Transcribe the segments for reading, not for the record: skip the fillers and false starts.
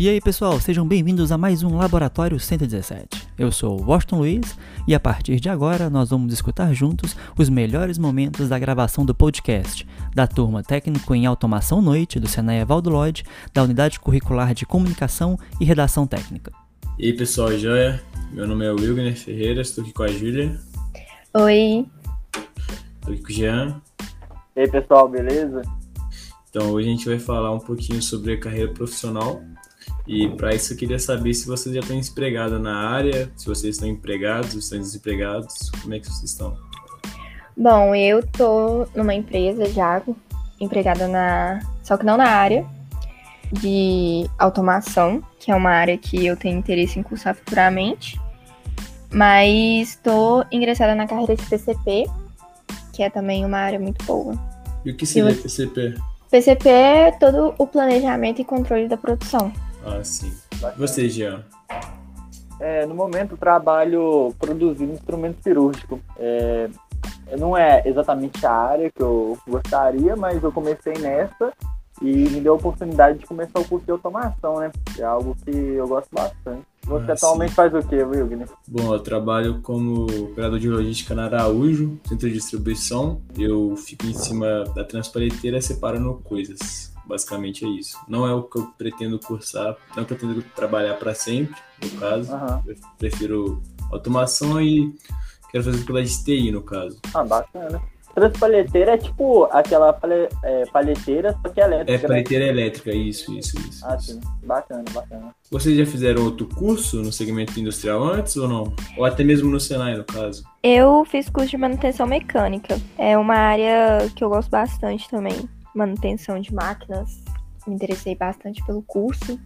E aí pessoal, sejam bem-vindos a mais um Laboratório 117. Eu sou o Washington Luiz e a partir de agora nós vamos escutar juntos os melhores momentos da gravação do podcast da turma Técnico em Automação Noite do Senai Evaldo Lodge, da Unidade Curricular de Comunicação e Redação Técnica. E aí pessoal, joia? Meu nome é Wilgner Ferreira, estou aqui com a Júlia. Oi. Estou aqui com o Jean. E aí pessoal, beleza? Então hoje a gente vai falar um pouquinho sobre a carreira profissional. E para isso eu queria saber se vocês já estão empregados na área, se vocês estão empregados, se estão desempregados, como é que vocês estão? Bom, eu tô numa empresa já, empregada só que não na área de automação, que é uma área que eu tenho interesse em cursar futuramente, mas estou ingressada na carreira de PCP, que é também uma área muito boa. E o que seria PCP? PCP é todo o planejamento e controle da produção. Ah, sim. Você, Jean? No momento, trabalho produzindo instrumento cirúrgico. Não é exatamente a área que eu gostaria, mas eu comecei nessa e me deu a oportunidade de começar o curso de automação, né? É algo que eu gosto bastante. Você atualmente faz o quê, Wilgner? Bom, eu trabalho como operador de logística na Araújo, centro de distribuição. Eu fico em cima da transpaleteira separando coisas. Basicamente é isso. Não é o que eu pretendo cursar, não pretendo trabalhar para sempre, no caso. Eu prefiro automação e quero fazer faculdade de TI, no caso. Ah, bacana. Transpalheteira é tipo aquela palheteira, só que elétrica. É palheteira elétrica, isso. Ah, sim. Bacana. Vocês já fizeram outro curso no segmento industrial antes ou não? Ou até mesmo no Senai, no caso? Eu fiz curso de manutenção mecânica. É uma área que eu gosto bastante também. Manutenção de máquinas. Me interessei bastante pelo curso.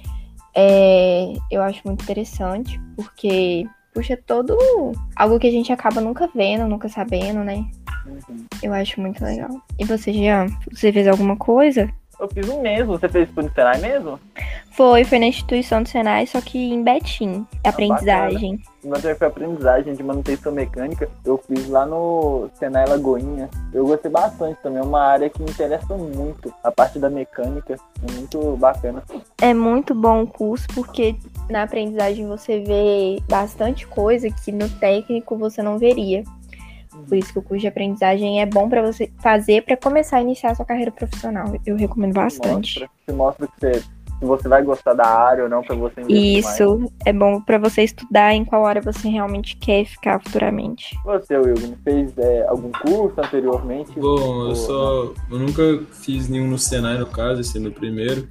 Eu acho muito interessante, porque puxa todo algo que a gente acaba nunca vendo, nunca sabendo, né? Eu acho muito legal. E você, Jean? Você fez alguma coisa? Eu fiz um mesmo. Você fez isso no Senai mesmo? Foi na instituição do Senai, só que em Betim. Aprendizagem. O meu também foi aprendizagem de manutenção mecânica. Eu fiz lá no Senai Lagoinha. Eu gostei bastante também. É uma área que me interessa muito. A parte da mecânica é muito bacana. É muito bom o curso, porque na aprendizagem você vê bastante coisa que no técnico você não veria. Por isso que o curso de aprendizagem é bom para você fazer para começar a iniciar a sua carreira profissional. Eu recomendo bastante. Mostra que você vai gostar da área ou não, para você investir Isso, mais. É bom para você estudar em qual área você realmente quer ficar futuramente. Você, Wilson, fez algum curso anteriormente? Bom, eu nunca fiz nenhum no Senai, no caso, esse é meu primeiro.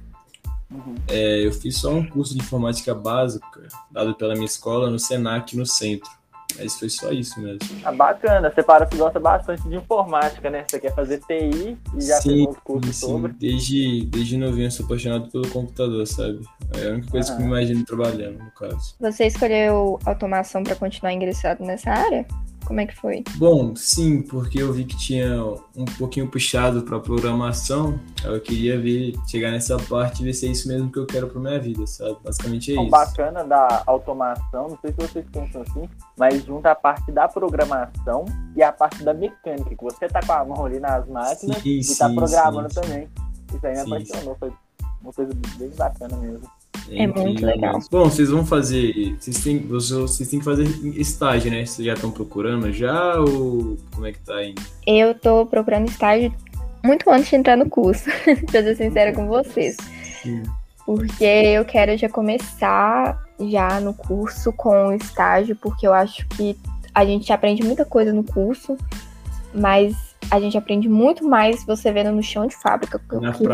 Eu fiz só um curso de informática básica, dado pela minha escola, no Senac, no centro. Mas foi só isso mesmo. Ah, bacana. Você parece que gosta bastante de informática, né? Você quer fazer TI e já fez outro curso sobre. Desde novinho eu sou apaixonado pelo computador, sabe? É a única coisa que eu me imagino trabalhando, no caso. Você escolheu automação para continuar ingressado nessa área? Como é que foi? Bom, sim, porque eu vi que tinha um pouquinho puxado para programação. Eu queria chegar nessa parte e ver se é isso mesmo que eu quero para minha vida, sabe? Basicamente é isso. O bacana da automação, não sei se vocês pensam assim, mas junta a parte da programação e a parte da mecânica, que você tá com a mão ali nas máquinas e tá programando também. Isso aí me apaixonou, foi uma coisa bem bacana mesmo. É muito legal. Bom, vocês vão fazer. Vocês têm que fazer estágio, né? Vocês já estão procurando já ou como é que tá indo? Eu tô procurando estágio muito antes de entrar no curso, pra ser sincera com vocês. Sim. Porque eu quero já começar já no curso com o estágio, porque eu acho que a gente aprende muita coisa no curso, mas a gente aprende muito mais você vendo no chão de fábrica o que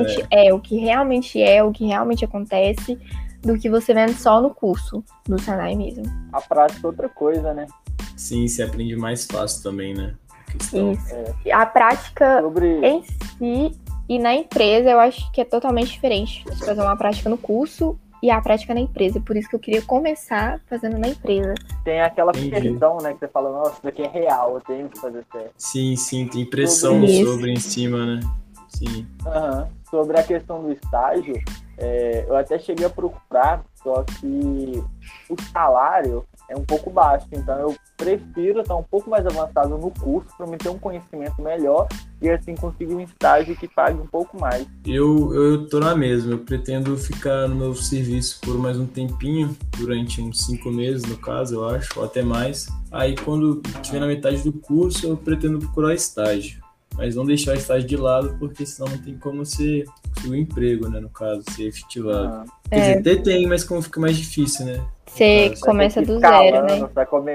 realmente acontece, do que você vendo só no curso do Senai mesmo. A prática é outra coisa, né? Sim, você aprende mais fácil também, né? Isso. A prática em si e na empresa eu acho que é totalmente diferente. Você fazer uma prática no curso e a prática na empresa. Por isso que eu queria começar fazendo na empresa. Tem aquela questão, né, que você fala, nossa, isso aqui é real, eu tenho que fazer certo. Sim, tem pressão sobre em cima, né? Sim. Sobre a questão do estágio, eu até cheguei a procurar só que o salário é um pouco baixo, então eu prefiro estar um pouco mais avançado no curso para me ter um conhecimento melhor e assim conseguir um estágio que pague um pouco mais. Eu tô na mesma, eu pretendo ficar no meu serviço por mais um tempinho, durante uns 5 meses no caso, eu acho, ou até mais. Aí quando estiver na metade do curso, eu pretendo procurar estágio. Mas não deixar o estágio de lado, porque senão não tem como você conseguir um emprego, né, no caso, ser efetivado. Quer dizer, até tem, mas como fica mais difícil, né? Você começa do zero, né?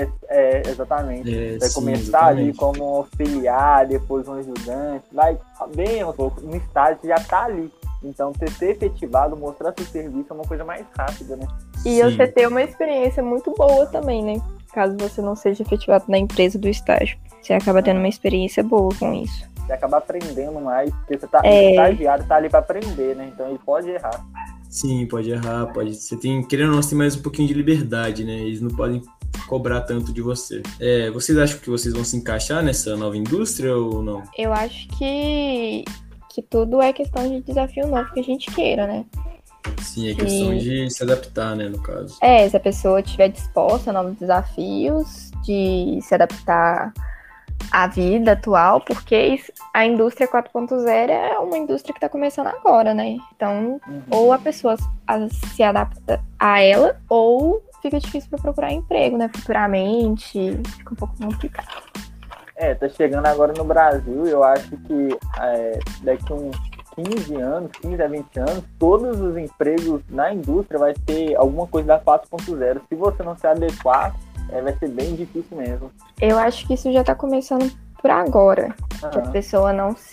Exatamente. Vai Sim, começar exatamente. ali como um auxiliar, depois um ajudante, vai bem um pouco, no estágio já tá ali. Então, você ser efetivado, mostrar seu serviço é uma coisa mais rápida, né? E Sim. você ter uma experiência muito boa também, né? Caso você não seja efetivado na empresa do estágio. Você acaba tendo uma experiência boa com isso. Você acaba aprendendo mais, porque você tá, o estagiário tá ali pra aprender, né? Então, ele pode errar. Sim, pode errar, pode. Você tem, querendo ou não, você tem mais um pouquinho de liberdade, né? Eles não podem cobrar tanto de você. Vocês acham que vocês vão se encaixar nessa nova indústria ou não? Eu acho que tudo é questão de desafio novo que a gente queira, né? Sim, é questão de se adaptar, né, no caso. Se a pessoa estiver disposta a novos desafios, de se adaptar à vida atual, porque a indústria 4.0 é uma indústria que está começando agora, né? Então, ou a pessoa se adapta a ela, ou fica difícil para procurar emprego, né? Futuramente, fica um pouco complicado. Tá chegando agora no Brasil, eu acho que daqui uns 15 a 20 anos, todos os empregos na indústria vai ter alguma coisa da 4.0. Se você não se adequar, vai ser bem difícil mesmo. Eu acho que isso já está começando por agora. Que a pessoa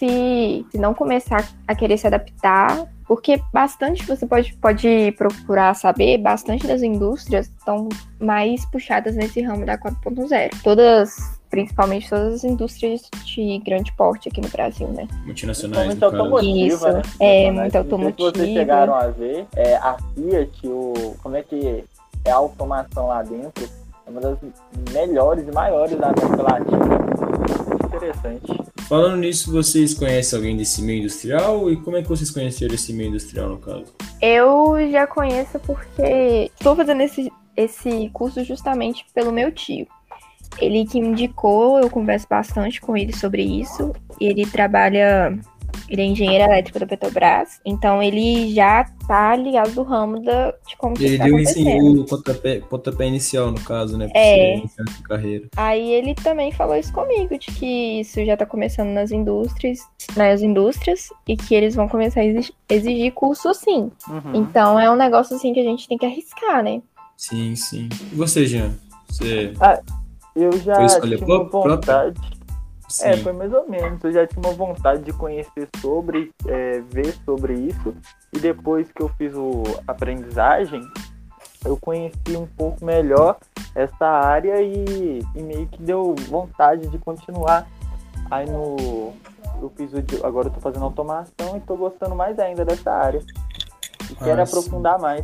se não começar a querer se adaptar, porque bastante, você pode procurar saber, bastante das indústrias estão mais puxadas nesse ramo da 4.0. Principalmente todas as indústrias de grande porte aqui no Brasil, né? Multinacionais, no caso. Isso, né? Muita automotiva. Se vocês chegaram a ver, a Fiat, como é que é a automação lá dentro, é uma das melhores e maiores da América Latina. Muito interessante. Falando nisso, vocês conhecem alguém desse meio industrial? E como é que vocês conheceram esse meio industrial, no caso? Eu já conheço porque estou fazendo esse curso justamente pelo meu tio. Ele que me indicou, eu converso bastante com ele sobre isso. Ele é engenheiro elétrico da Petrobras, então ele já tá ligado do ramo de como que Ele tá deu acontecendo. o pontapé inicial, no caso, né? Pra É. você iniciar sua carreira. Aí ele também falou isso comigo, de que isso já tá começando nas indústrias, e que eles vão começar a exigir curso sim. Então é um negócio assim que a gente tem que arriscar, né? Sim. E você, Jean? Você Eu já foi escolher tinha uma própria? vontade. Sim. Foi mais ou menos. Eu já tinha uma vontade de conhecer sobre, ver sobre isso. E depois que eu fiz a aprendizagem, eu conheci um pouco melhor essa área e meio que deu vontade de continuar. Aí agora eu tô fazendo automação e tô gostando mais ainda dessa área. E quero aprofundar mais.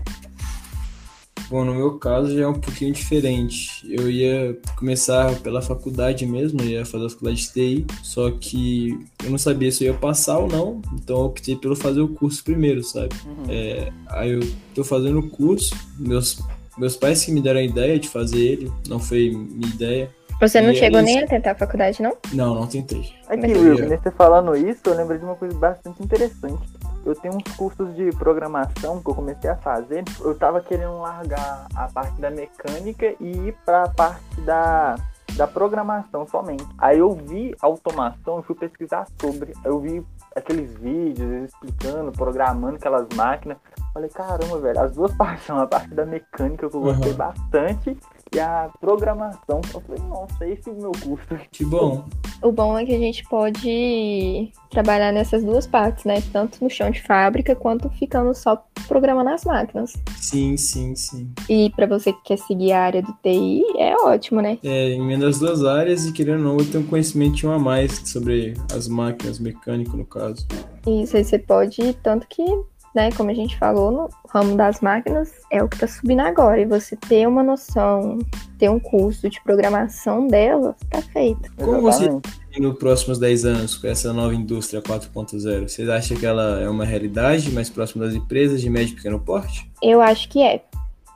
Bom, no meu caso já é um pouquinho diferente. Eu ia começar pela faculdade mesmo, eu ia fazer a faculdade de TI, só que eu não sabia se eu ia passar ou não, então eu optei pelo fazer o curso primeiro, sabe? Aí eu tô fazendo o curso, meus pais que me deram a ideia de fazer ele, não foi minha ideia. Você não chegou nem a tentar a faculdade, não? Não tentei. Aqui, Will, você falando isso, eu lembrei de uma coisa bastante interessante. Eu tenho uns cursos de programação que eu comecei a fazer. Eu tava querendo largar a parte da mecânica e ir pra parte da programação somente. Aí eu vi automação e fui pesquisar sobre. Eu vi aqueles vídeos eles explicando, programando aquelas máquinas. Falei, caramba, velho, as duas partes são a parte da mecânica que eu gostei bastante e a programação. Eu falei, nossa, esse é o meu curso. Que bom. O bom é que a gente pode trabalhar nessas duas partes, né? Tanto no chão de fábrica, quanto ficando só programando as máquinas. Sim. E pra você que quer seguir a área do TI, é ótimo, né? Emenda as duas áreas e, querendo ou não, eu tenho um conhecimento a mais sobre as máquinas, mecânico, no caso. Isso aí você pode, tanto que, né, como a gente falou, no ramo das máquinas é o que tá subindo agora. E você ter uma noção, ter um curso de programação dela, tá feito. Como você nos próximos 10 anos com essa nova indústria 4.0? Vocês acham que ela é uma realidade mais próxima das empresas de médio e pequeno porte? Eu acho que é.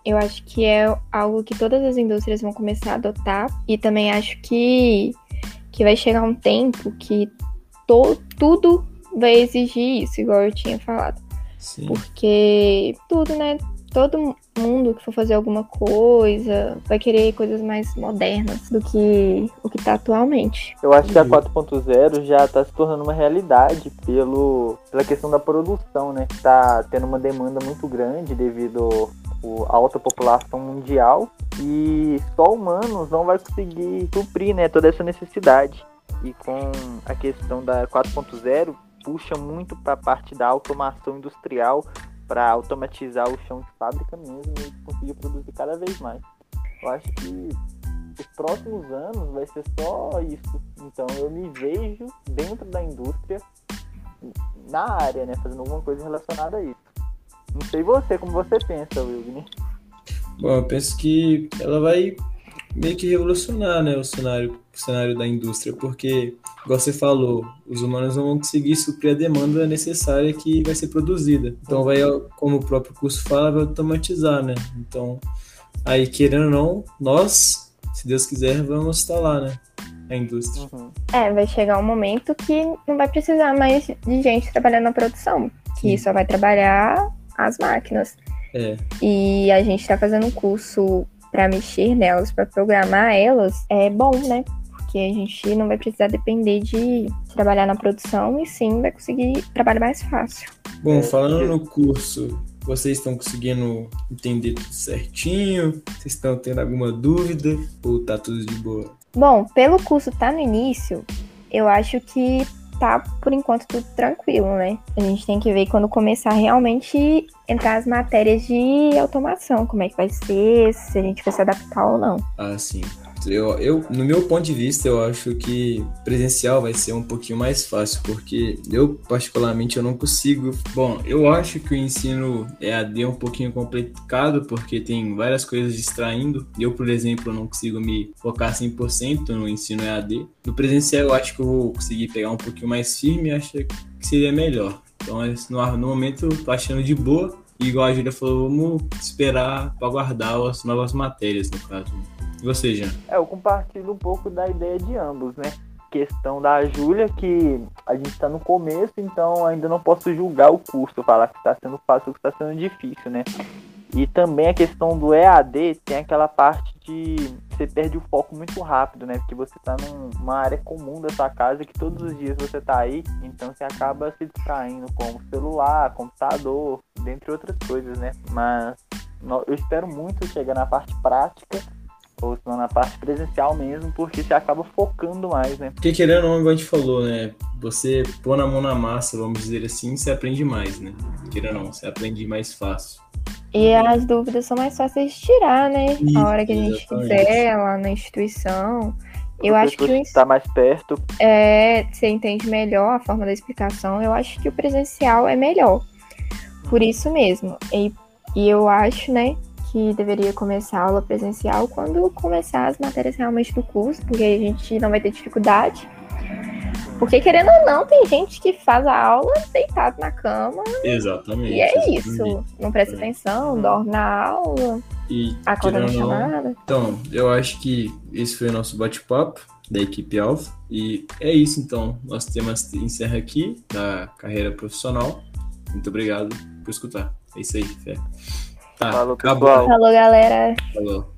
Eu acho que é algo que todas as indústrias vão começar a adotar. E também acho que vai chegar um tempo que tudo vai exigir isso, igual eu tinha falado. Sim. Porque tudo, né? Todo mundo que for fazer alguma coisa vai querer coisas mais modernas do que o que tá atualmente. Eu acho que a 4.0 já está se tornando uma realidade pela questão da produção, né? Tá tendo uma demanda muito grande devido à alta população mundial e só humanos não vai conseguir suprir, né, toda essa necessidade. E com a questão da 4.0 puxa muito para a parte da automação industrial, para automatizar o chão de fábrica mesmo e conseguir produzir cada vez mais. Eu acho que os próximos anos vai ser só isso. Então eu me vejo dentro da indústria, na área, né, fazendo alguma coisa relacionada a isso. Não sei você, como você pensa, Wilgner? Bom, eu penso que ela vai meio que revolucionar, né, o cenário da indústria, porque, igual você falou, os humanos não vão conseguir suprir a demanda necessária que vai ser produzida. Então vai, como o próprio curso fala, vai automatizar, né? Então, aí, querendo ou não, nós, se Deus quiser, vamos estar lá, né? A indústria. Vai chegar um momento que não vai precisar mais de gente trabalhando na produção, que só vai trabalhar as máquinas. E a gente tá fazendo um curso para mexer nelas, para programar elas, é bom, né? Porque a gente não vai precisar depender de trabalhar na produção e sim vai conseguir trabalho mais fácil. Bom, falando no curso, vocês estão conseguindo entender tudo certinho? Vocês estão tendo alguma dúvida? Ou tá tudo de boa? Bom, pelo curso tá no início, eu acho que tá, por enquanto, tudo tranquilo, né? A gente tem que ver quando começar realmente entrar as matérias de automação, como é que vai ser, se a gente vai se adaptar ou não. Ah, sim. No meu ponto de vista, eu acho que presencial vai ser um pouquinho mais fácil, porque eu, particularmente, eu não consigo... Bom, eu acho que o ensino EAD é um pouquinho complicado, porque tem várias coisas distraindo. Eu, por exemplo, não consigo me focar 100% no ensino EAD. No presencial, eu acho que eu vou conseguir pegar um pouquinho mais firme e acho que seria melhor. Então, no momento, eu tô achando de boa. E igual a Júlia falou, vamos esperar para aguardar as novas matérias, no caso. E você, Jean? Eu compartilho um pouco da ideia de ambos, né? Questão da Júlia, que a gente está no começo, então ainda não posso julgar o curso, falar que está sendo fácil ou que está sendo difícil, né? E também a questão do EAD tem aquela parte de você perde o foco muito rápido, né? Porque você está numa área comum da sua casa que todos os dias você está aí, então você acaba se distraindo com celular, computador, dentre outras coisas, né? Mas eu espero muito chegar na parte prática, ou se não na parte presencial mesmo, porque você acaba focando mais, né? Porque querendo ou não, igual a gente falou, né? Você pôr a mão na massa, vamos dizer assim, você aprende mais, né? Querendo ou não, você aprende mais fácil. E as dúvidas são mais fáceis de tirar, né? Isso, a hora que a gente exatamente. quiser, lá na instituição. Eu acho que o está mais perto. você entende melhor a forma da explicação. Eu acho que o presencial é melhor. Por isso mesmo. E eu acho, né, que deveria começar a aula presencial quando começar as matérias realmente do curso, porque a gente não vai ter dificuldade. Porque, querendo ou não, tem gente que faz a aula deitado na cama. Exatamente. E é exatamente. isso. Não presta atenção, dorme na aula, E acorda na querendo ou não, chamada. então, eu acho que esse foi o nosso bate-papo da equipe Alpha. E é isso, então. Nosso tema encerra aqui, da carreira profissional. Muito obrigado por escutar. É isso aí, Fé. Tá, Falou, acabou. pessoal. Falou, galera. Falou.